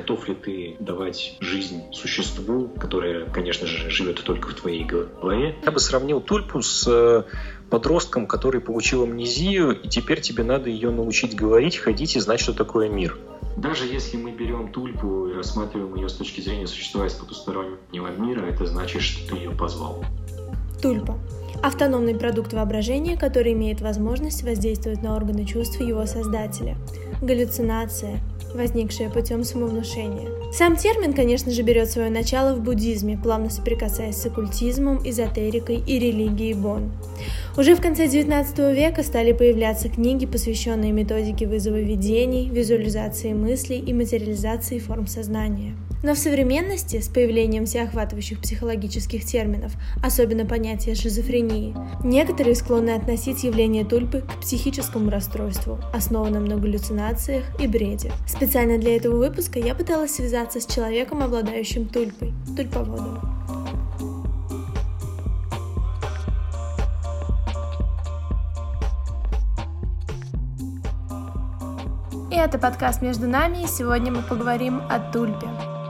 готов ли ты давать жизнь существу, которое, конечно же, живет только в твоей голове. Я бы сравнил тульпу с подростком, который получил амнезию, и теперь тебе надо ее научить говорить, ходить и знать, что такое мир. Даже если мы берем тульпу и рассматриваем ее с точки зрения существа из потустороннего мира, это значит, что ты ее позвал. Тульпа – автономный продукт воображения, который имеет возможность воздействовать на органы чувств его создателя. Галлюцинация, возникшая путем самовнушения. Сам термин, конечно же, берет свое начало в буддизме, плавно соприкасаясь с оккультизмом, эзотерикой и религией Бон. Уже в конце XIX века стали появляться книги, посвященные методике вызова видений, визуализации мыслей и материализации форм сознания. Но в современности, с появлением всеохватывающих психологических терминов, особенно понятия шизофрении, некоторые склонны относить явление тульпы к психическому расстройству, основанному на галлюцинациях и бреде. Специально для этого выпуска я пыталась связаться с человеком, обладающим тульпой, тульповодом. И это подкаст «Между нами», и сегодня мы поговорим о тульпе.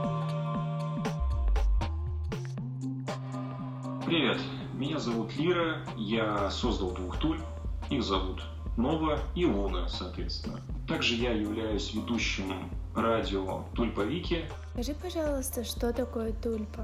Привет, меня зовут Лира, я создал двух тульп, их зовут Нова и Луна, соответственно. Также я являюсь ведущим радио Тульпа Вики. Скажи, пожалуйста, что такое тульпа?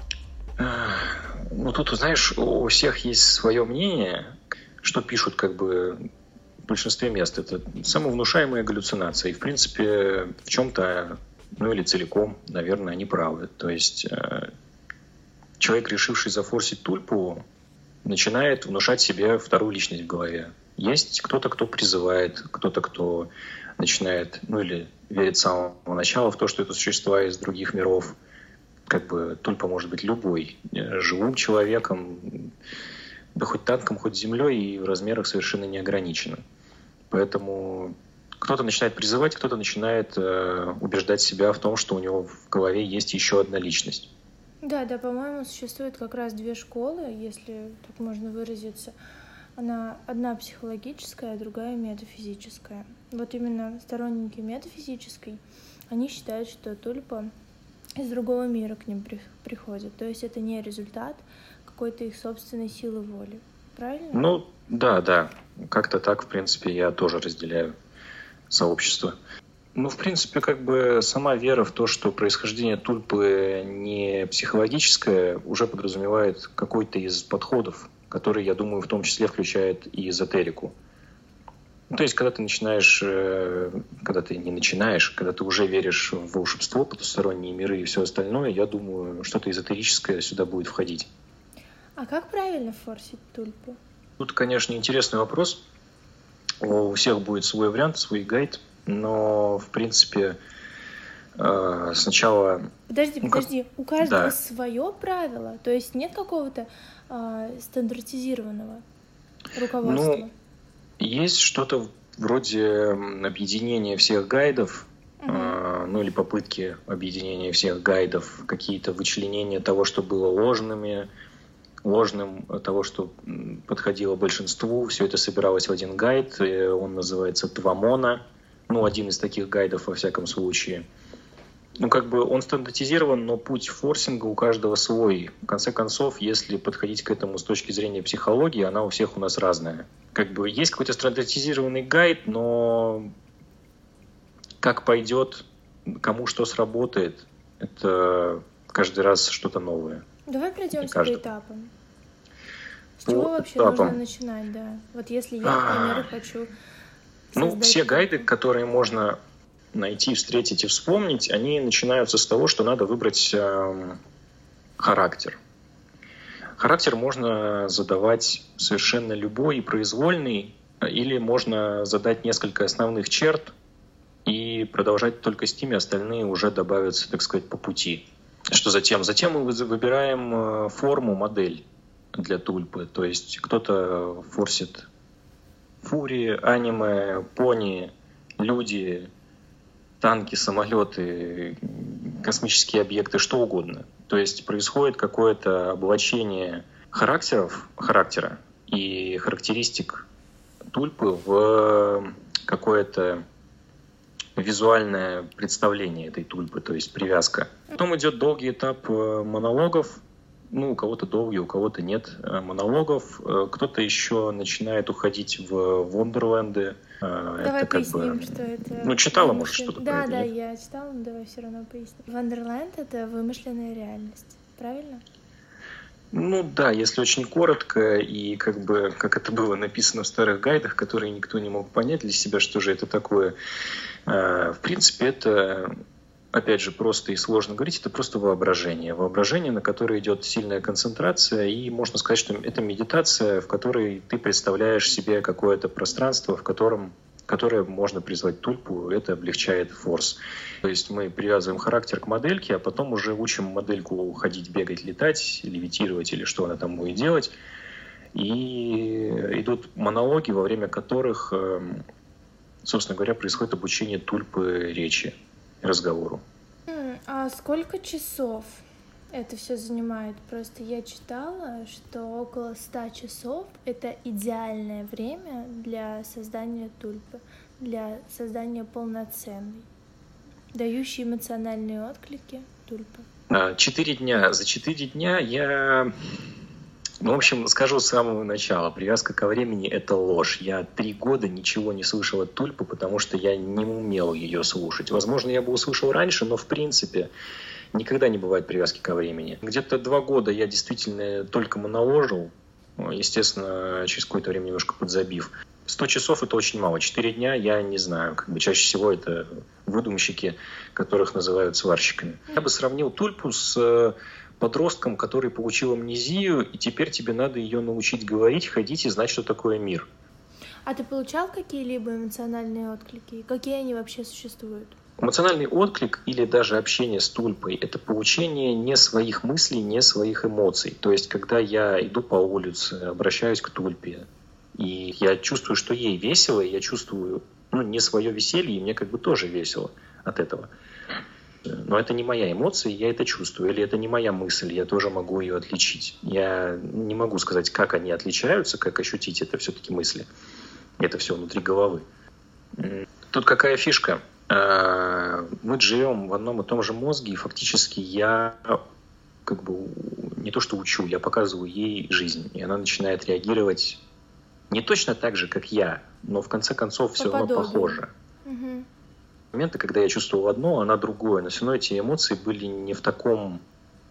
Ну, тут, знаешь, у всех есть свое мнение, что пишут в большинстве мест. Это самовнушаемая галлюцинация. И, в принципе, в чем-то, или целиком, наверное, они правы. То есть человек, решивший зафорсить тульпу, начинает внушать себе вторую личность в голове. Есть кто-то, кто призывает, кто-то, кто начинает, или верит с самого начала в то, что это существа из других миров. Тульпа может быть любой, живым человеком, да хоть танком, хоть землей, и в размерах совершенно не ограничена. Поэтому кто-то начинает призывать, кто-то начинает убеждать себя в том, что у него в голове есть еще одна личность. Да, по-моему, существует как раз две школы, если так можно выразиться. Одна психологическая, а другая метафизическая. Вот именно сторонники метафизической, они считают, что тульпа из другого мира к ним приходит. То есть это не результат какой-то их собственной силы воли. Правильно? Да. Как-то так, в принципе, я тоже разделяю сообщество. В принципе, сама вера в то, что происхождение тульпы не психологическое, уже подразумевает какой-то из подходов, который, я думаю, в том числе включает и эзотерику. То есть, когда ты когда ты уже веришь в волшебство, потусторонние миры и все остальное, я думаю, что-то эзотерическое сюда будет входить. А как правильно форсить тульпу? Тут, конечно, интересный вопрос. У всех будет свой вариант, свой гайд, но, в принципе, сначала... Подожди, у каждого свое правило? То есть нет какого-то стандартизированного руководства? Есть что-то вроде объединения всех гайдов, или попытки объединения всех гайдов, какие-то вычленения того, что было ложным, того, что подходило большинству. Все это собиралось в один гайд, он называется Твамона. Один из таких гайдов, во всяком случае. Он стандартизирован, но путь форсинга у каждого свой. В конце концов, если подходить к этому с точки зрения психологии, она у всех у нас разная. Есть какой-то стандартизированный гайд, но как пойдет, кому что сработает, это каждый раз что-то новое. Давай пройдемся по этапам. С чего вообще нужно начинать, да? Вот если я, к примеру, хочу создать... Все гайды, которые можно найти, встретить и вспомнить, они начинаются с того, что надо выбрать характер. Характер можно задавать совершенно любой и произвольный, или можно задать несколько основных черт и продолжать только с ними, остальные уже добавятся, так сказать, по пути. Что затем? Затем мы выбираем форму, модель для тульпы. То есть кто-то форсит фурии, аниме, пони, люди, танки, самолеты, космические объекты, что угодно. То есть происходит какое-то облачение характера и характеристик тульпы в какое-то визуальное представление этой тульпы, то есть привязка. Потом идет долгий этап монологов. У кого-то долгий, у кого-то нет монологов. Кто-то еще начинает уходить в вондерленды. Давай поясним, что это. Читала, может, что-то про это? Да, я читала, но давай все равно поясним. Вондерленд — это вымышленная реальность, правильно? Да, если очень коротко, и как это было написано в старых гайдах, которые никто не мог понять для себя, что же это такое. В принципе, это, опять же, просто и сложно говорить, это просто воображение. Воображение, на которое идет сильная концентрация, и можно сказать, что это медитация, в которой ты представляешь себе какое-то пространство, которое можно призвать тульпу, это облегчает форс. То есть мы привязываем характер к модельке, а потом уже учим модельку ходить, бегать, летать, левитировать или что она там будет делать. И идут монологи, во время которых, собственно говоря, происходит обучение тульпы речи, разговору. А сколько часов это все занимает? Просто я читала, что около 100 часов — это идеальное время для создания тульпы, для создания полноценной, дающей эмоциональные отклики тульпы. 4 дня. За 4 дня я... в общем, скажу с самого начала. Привязка ко времени — это ложь. Я 3 года ничего не слышал от тульпы, потому что я не умел ее слушать. Возможно, я бы услышал раньше, но в принципе никогда не бывает привязки ко времени. Где-то 2 года я действительно только моноложил, естественно, через какое-то время немножко подзабив. 100 часов — это очень мало. 4 дня я не знаю. Чаще всего это выдумщики, которых называют сварщиками. Я бы сравнил тульпу с подростком, который получил амнезию, и теперь тебе надо ее научить говорить, ходить и знать, что такое мир. А ты получал какие-либо эмоциональные отклики? Какие они вообще существуют? Эмоциональный отклик или даже общение с тульпой — это получение не своих мыслей, не своих эмоций. То есть, когда я иду по улице, обращаюсь к тульпе, и я чувствую, что ей весело, и я чувствую не свое веселье, и мне тоже весело от этого. Но это не моя эмоция, я это чувствую. Или это не моя мысль, я тоже могу ее отличить. Я не могу сказать, как они отличаются, как ощутить, это все-таки мысли. Это все внутри головы. Тут какая фишка? Мы живем в одном и том же мозге, и фактически я не то что учу, я показываю ей жизнь. И она начинает реагировать не точно так же, как я, но в конце концов все равно похоже. Угу. Моменты, когда я чувствовал одно, она другое, но все равно эти эмоции были не в таком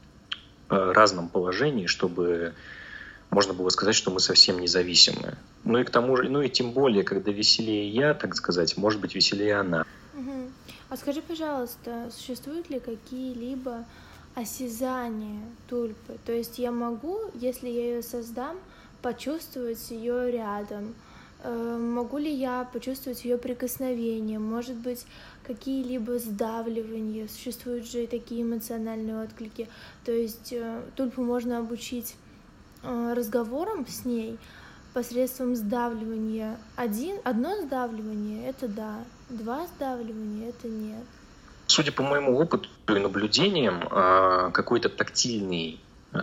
разном положении, чтобы можно было сказать, что мы совсем независимы. И к тому же, и тем более, когда веселее я, так сказать, может быть веселее она. Угу. А скажи, пожалуйста, существуют ли какие-либо осязания тульпы? То есть я могу, если я ее создам, почувствовать ее рядом? Могу ли я почувствовать ее прикосновение? Может быть, какие-либо сдавливания? Существуют же и такие эмоциональные отклики. То есть тульпу можно обучить разговором с ней посредством сдавливания. Одно сдавливание — это да, 2 сдавливания — это нет. Судя по моему опыту и наблюдениям, какой-то тактильные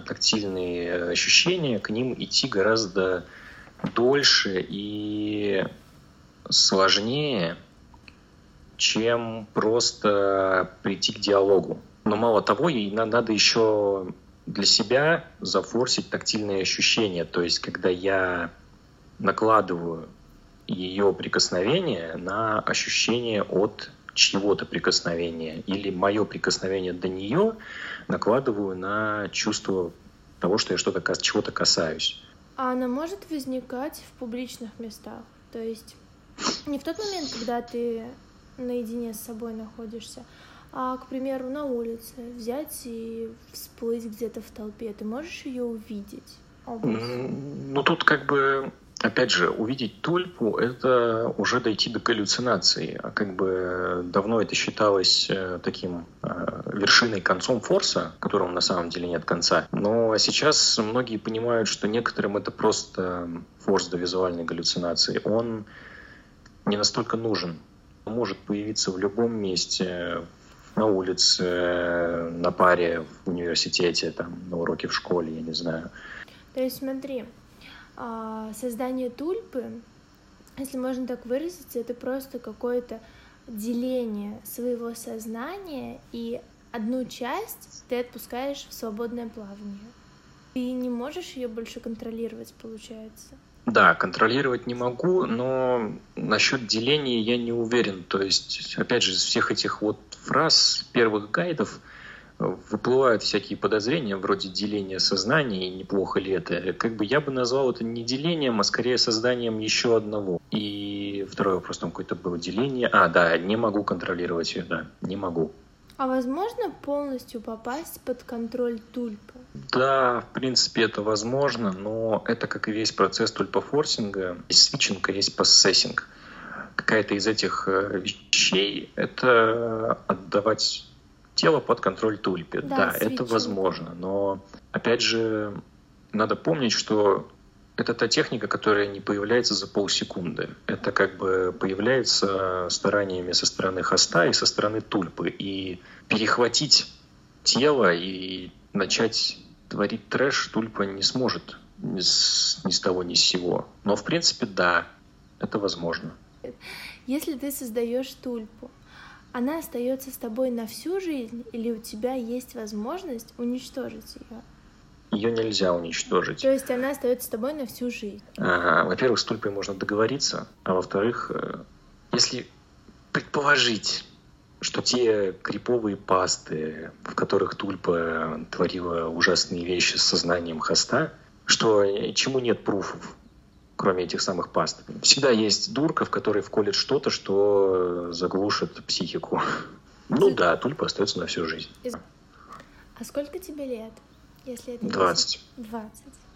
ощущения, к ним идти гораздо дольше и сложнее, чем просто прийти к диалогу. Но мало того, ей надо еще для себя зафорсить тактильные ощущения. То есть, когда я накладываю ее прикосновение на ощущение от чьего-то прикосновения, или мое прикосновение до нее накладываю на чувство того, что я чего-то касаюсь. А она может возникать в публичных местах? То есть не в тот момент, когда ты наедине с собой находишься, а, к примеру, на улице взять и всплыть где-то в толпе. Ты можешь ее увидеть? Тут опять же, увидеть тульпу — это уже дойти до галлюцинации. А давно это считалось таким вершиной, концом форса, которому на самом деле нет конца. Но сейчас многие понимают, что некоторым это просто форс до визуальной галлюцинации. Он не настолько нужен. Он может появиться в любом месте, на улице, на паре, в университете, на уроке в школе, я не знаю. То есть смотри, создание тульпы, если можно так выразиться, это просто какое-то деление своего сознания, и одну часть ты отпускаешь в свободное плавание. Ты не можешь ее больше контролировать, получается. Да, контролировать не могу, но насчет деления я не уверен. То есть, опять же, из всех этих вот фраз первых гайдов выплывают всякие подозрения вроде деления сознания, и неплохо ли это. Как бы я бы назвал это не делением, а скорее созданием еще одного. И второй вопрос там какой-то был: деление. Да, не могу контролировать ее, да, не могу. А возможно полностью попасть под контроль тульпы? Да, в принципе, это возможно, но это, как и весь процесс тульпофорсинга, есть свитчинг, есть поссессинг. Какая-то из этих вещей — это отдавать тело под контроль тульпе. Да, это возможно, но, опять же, надо помнить, что это та техника, которая не появляется за полсекунды. Это как бы появляется стараниями со стороны хоста и со стороны тульпы. И перехватить тело и начать творить трэш тульпа не сможет ни с того ни с сего. Но, в принципе, да, это возможно. Если ты создаешь тульпу, она остается с тобой на всю жизнь, или у тебя есть возможность уничтожить ее? Ее нельзя уничтожить. То есть она остается с тобой на всю жизнь? Во-первых, с тульпой можно договориться, а во-вторых, если предположить, что те криповые пасты, в которых тульпа творила ужасные вещи с сознанием хоста, чему нет пруфов, кроме этих самых паст. Всегда есть дурка, в которой вколет что-то, что заглушит психику. Да, тульпа остается на всю жизнь. А сколько тебе лет? Если это 20. 20.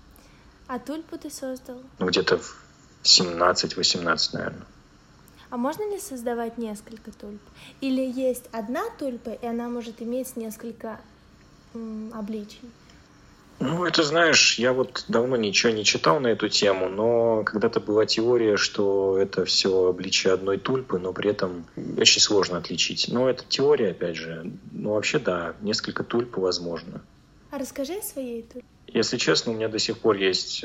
А тульпу ты создал? Где-то в 17-18, наверное. А можно ли создавать несколько тульп? Или есть одна тульпа, и она может иметь несколько обличий? Это, знаешь, я вот давно ничего не читал на эту тему, но когда-то была теория, что это все обличие одной тульпы, но при этом очень сложно отличить. Но это теория, опять же. Вообще, да, несколько тульп возможно. А расскажи о своей тульпе. Если честно, у меня до сих пор есть,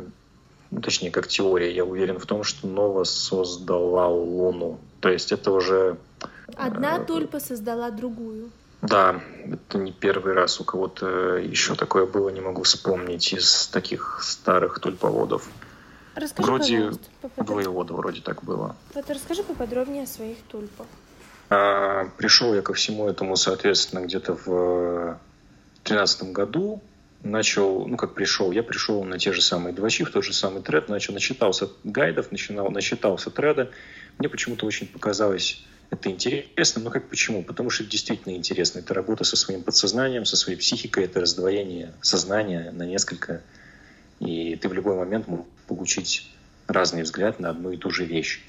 точнее, как теория, я уверен в том, что Нова создала Луну. То есть это уже... Одна тульпа создала другую. Да, это не первый раз. У кого-то еще такое было, не могу вспомнить, из таких старых тульповодов. Расскажи, вроде двоевода вроде так было. Вот расскажи поподробнее о своих тульпах. Пришел я ко всему этому, соответственно, где-то в 2013 году. Я пришел на те же самые двачи, в тот же самый тред, начитался гайдов, начитался треда. Мне почему-то очень показалось это интересно. Почему? Потому что это действительно интересно. Это работа со своим подсознанием, со своей психикой, это раздвоение сознания на несколько. И ты в любой момент мог получить разный взгляд на одну и ту же вещь.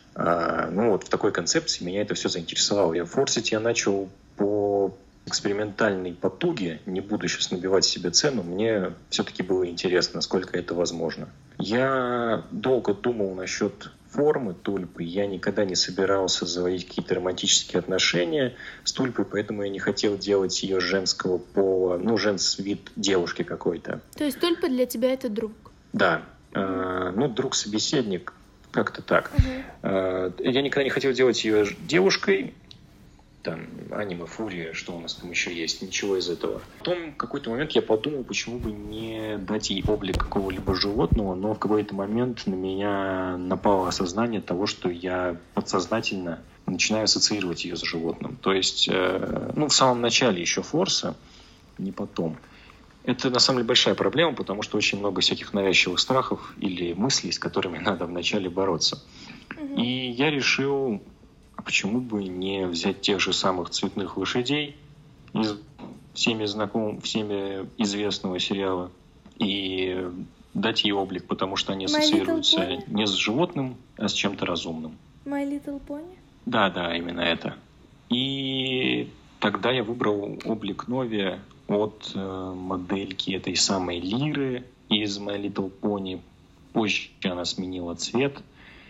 В такой концепции меня это все заинтересовало. Форсить я начал по экспериментальной потуге, не буду сейчас набивать себе цену, мне все-таки было интересно, насколько это возможно. Я долго думал насчет формы тульпы, я никогда не собирался заводить какие-то романтические отношения с тульпой, поэтому я не хотел делать ее женского пола, женский вид девушки какой-то. То есть тульпа для тебя это друг? Да, друг-собеседник, как-то так. Я никогда не хотел делать ее девушкой, аниме, фурия, что у нас там еще есть, ничего из этого. Потом в какой-то момент я подумал, почему бы не дать ей облик какого-либо животного, но в какой-то момент на меня напало осознание того, что я подсознательно начинаю ассоциировать ее с животным. То есть, в самом начале еще форса, не потом. Это на самом деле большая проблема, потому что очень много всяких навязчивых страхов или мыслей, с которыми надо вначале бороться. И я решил, почему бы не взять тех же самых цветных лошадей из всеми известного сериала и дать ей облик, потому что они ассоциируются не с животным, а с чем-то разумным. My Little Pony? Да, именно это. И тогда я выбрал облик Нови от модельки этой самой Лиры из My Little Pony. Позже она сменила цвет,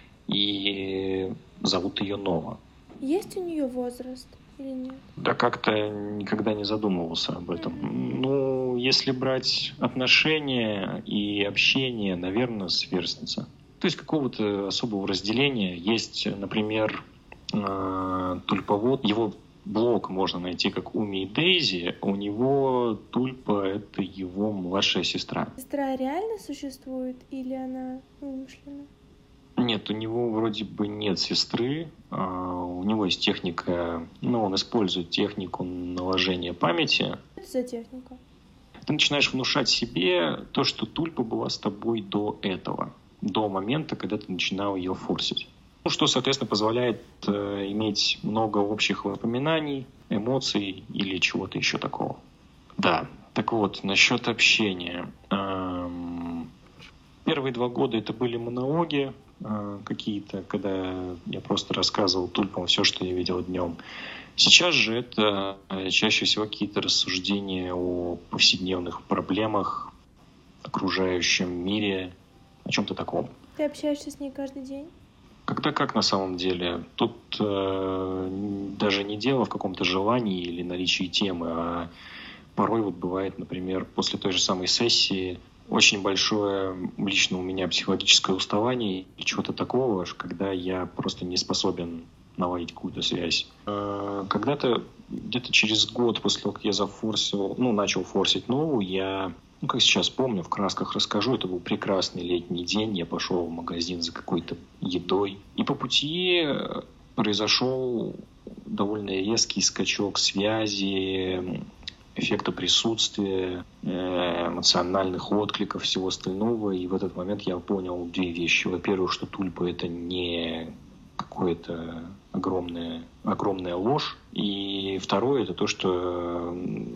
и зовут ее Нова. Есть у нее возраст или нет? Да как-то никогда не задумывался об этом. Если брать отношения и общение, наверное, сверстница. То есть какого-то особого разделения. Есть, например, тульповод, его блог можно найти как Уми и Дейзи, у него Тульпа — это его младшая сестра. Сестра реально существует или она вымышлена? Нет, у него вроде бы нет сестры, у него есть техника, он использует технику наложения памяти. Что это за техника? Ты начинаешь внушать себе то, что Тульпа была с тобой до этого, до момента, когда ты начинал ее форсить. Что, соответственно, позволяет иметь много общих воспоминаний, эмоций или чего-то еще такого. Да, так вот, насчет общения. Первые 2 года это были монологи какие-то, когда я просто рассказывал Тульпам все, что я видел днем. Сейчас же это чаще всего какие-то рассуждения о повседневных проблемах, окружающем мире, о чем-то таком. Ты общаешься с ней каждый день? Когда как на самом деле. Тут даже не дело в каком-то желании или наличии темы, а порой вот бывает, например, после той же самой сессии очень большое лично у меня психологическое уставание или чего-то такого, когда я просто не способен наладить какую-то связь. Когда-то, где-то через год после того, как я начал форсить новую, я, как сейчас помню, в красках расскажу, это был прекрасный летний день, я пошел в магазин за какой-то едой, и по пути произошел довольно резкий скачок связи, эффекта присутствия, эмоциональных откликов, всего остального. И в этот момент я понял 2 вещи. Во-первых, что Тульпа — это не какая-то огромная ложь. И второе — это то, что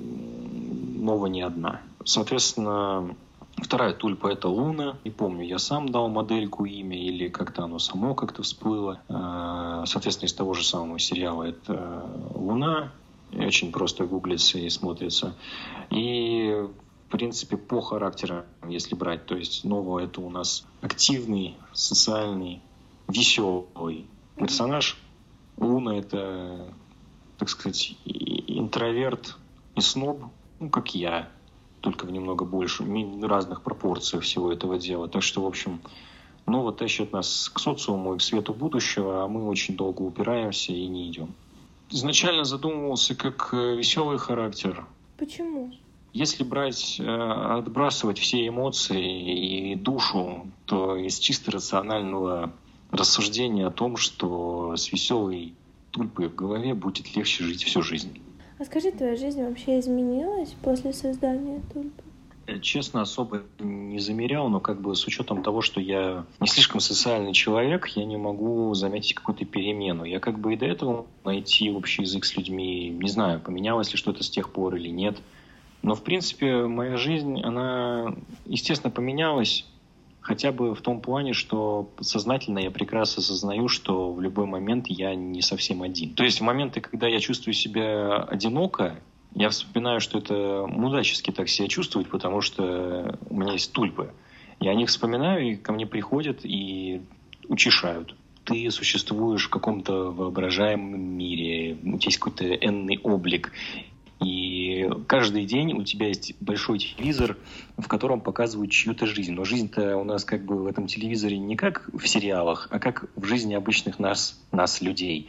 Нова не одна. Соответственно, вторая Тульпа — это Луна. Не помню, я сам дал модельку имя или как-то оно само как-то всплыло. Соответственно, из того же самого сериала это Луна. Очень просто гуглится и смотрится. И, в принципе, по характеру, если брать, то есть Нова — это у нас активный, социальный, веселый персонаж. Луна — это, так сказать, интроверт и сноб, как я, только в немного больше, в разных пропорциях всего этого дела. Так что, в общем, Нова тащит нас к социуму и к свету будущего, а мы очень долго упираемся и не идем. Изначально задумывался как веселый характер. Почему? Если отбрасывать все эмоции и душу, то из чисто рационального рассуждения о том, что с веселой Тульпой в голове будет легче жить всю жизнь. А скажи, твоя жизнь вообще изменилась после создания Тульпы? Честно, особо не замерял, но с учетом того, что я не слишком социальный человек, я не могу заметить какую-то перемену. Я и до этого найти общий язык с людьми, не знаю, поменялось ли что-то с тех пор или нет. Но, в принципе, моя жизнь, она, естественно, поменялась, хотя бы в том плане, что подсознательно я прекрасно осознаю, что в любой момент я не совсем один. То есть в моменты, когда я чувствую себя одиноко, я вспоминаю, что это мудачески так себя чувствовать, потому что у меня есть Тульпы. Я о них вспоминаю, и ко мне приходят и утешают. Ты существуешь в каком-то воображаемом мире, у тебя есть какой-то энный облик. И каждый день у тебя есть большой телевизор, в котором показывают чью-то жизнь. Но жизнь-то у нас в этом телевизоре не как в сериалах, а как в жизни обычных нас людей.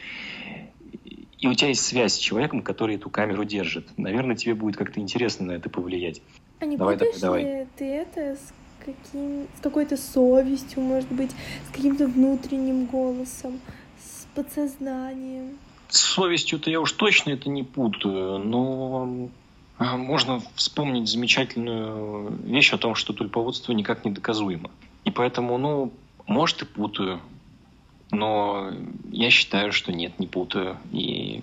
И у тебя есть связь с человеком, который эту камеру держит. Наверное, тебе будет как-то интересно на это повлиять. А не будешь ли ты это с какой-то совестью, может быть, с каким-то внутренним голосом, с подсознанием? С совестью-то я уж точно это не путаю, но можно вспомнить замечательную вещь о том, что тульповодство никак не доказуемо. И поэтому, может, и путаю. Но я считаю, что нет, не путаю. И...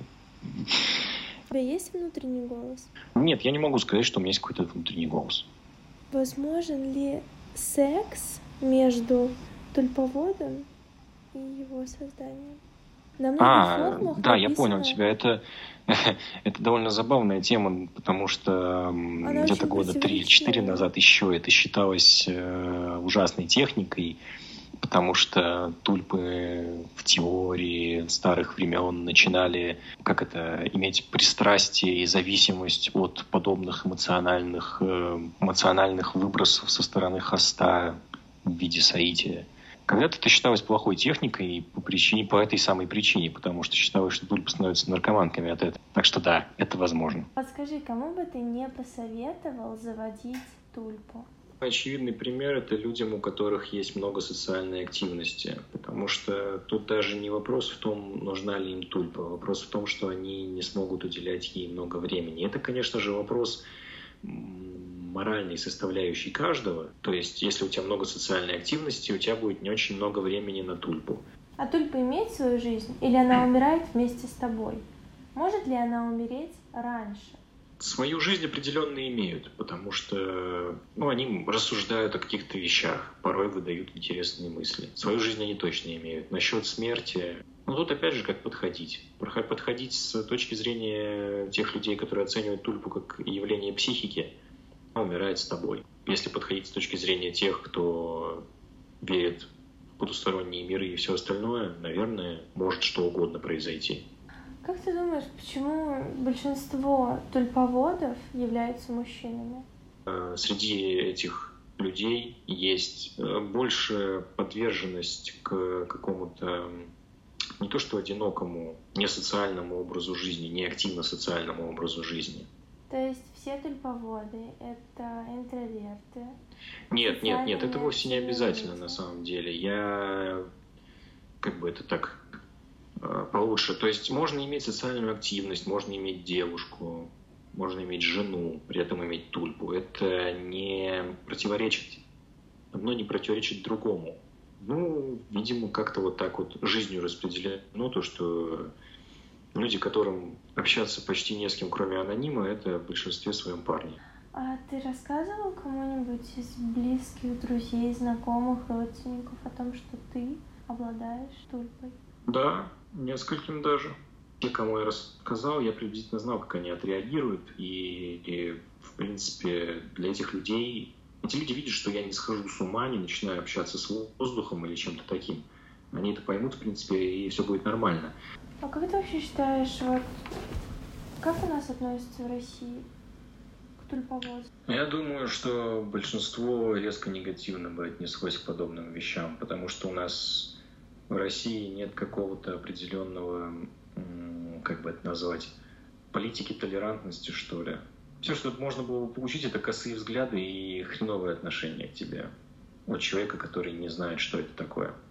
У тебя есть внутренний голос? Нет, я не могу сказать, что у меня есть какой-то внутренний голос. Возможен ли секс между тульповодом и его созданием? На многих форумах да, я понял тебя. Это довольно забавная тема, потому что где-то года 3-4 назад еще это считалось ужасной техникой, потому что тульпы в теории старых времен начинали иметь пристрастие и зависимость от подобных эмоциональных выбросов со стороны хоста в виде соития. Когда-то это считалось плохой техникой по этой самой причине, потому что считалось, что тульпы становятся наркоманками от этого. Так что да, это возможно. Подскажи, кому бы ты не посоветовал заводить тульпу? Очевидный пример – это людям, у которых есть много социальной активности, потому что тут даже не вопрос в том, нужна ли им тульпа, вопрос в том, что они не смогут уделять ей много времени. Это, конечно же, вопрос моральной составляющей каждого. То есть, если у тебя много социальной активности, у тебя будет не очень много времени на тульпу. А тульпа имеет свою жизнь или она умирает вместе с тобой? Может ли она умереть раньше? Свою жизнь определенно имеют, потому что они рассуждают о каких-то вещах, порой выдают интересные мысли. Свою жизнь они точно имеют. Насчет смерти, тут опять же как подходить. Подходить с точки зрения тех людей, которые оценивают тульпу как явление психики, она умирает с тобой. Если подходить с точки зрения тех, кто верит в потусторонние миры и все остальное, наверное, может что угодно произойти. Как ты думаешь, почему большинство тульповодов являются мужчинами? Среди этих людей есть больше подверженность к какому-то не то что одинокому, не социальному образу жизни, не активно социальному образу жизни. То есть все тульповоды — это интроверты? Нет, это вовсе не обязательно на самом деле. Я это так получше. То есть можно иметь социальную активность, можно иметь девушку, можно иметь жену, при этом иметь тульпу. Это не противоречит. Одно не противоречит другому. Видимо, как-то вот так вот жизнью распределено то, что люди, которым общаться почти не с кем, кроме анонима, это в большинстве своем парни. А ты рассказывал кому-нибудь из близких, друзей, знакомых, родственников о том, что ты обладаешь тульпой? Да, нескольким даже. Те, кому я рассказал, я приблизительно знал, как они отреагируют. И в принципе, для этих людей... Эти люди видят, что я не схожу с ума, не начинаю общаться с воздухом или чем-то таким. Они это поймут, в принципе, и все будет нормально. А как ты вообще считаешь, как у нас относятся в России к тульповодству? Я думаю, что большинство резко негативно бы отнеслось к подобным вещам, потому что у нас в России нет какого-то определенного, как бы это назвать, политики толерантности, что ли. Все, что можно было бы получить, это косые взгляды и хреновое отношение к тебе от человека, который не знает, что это такое.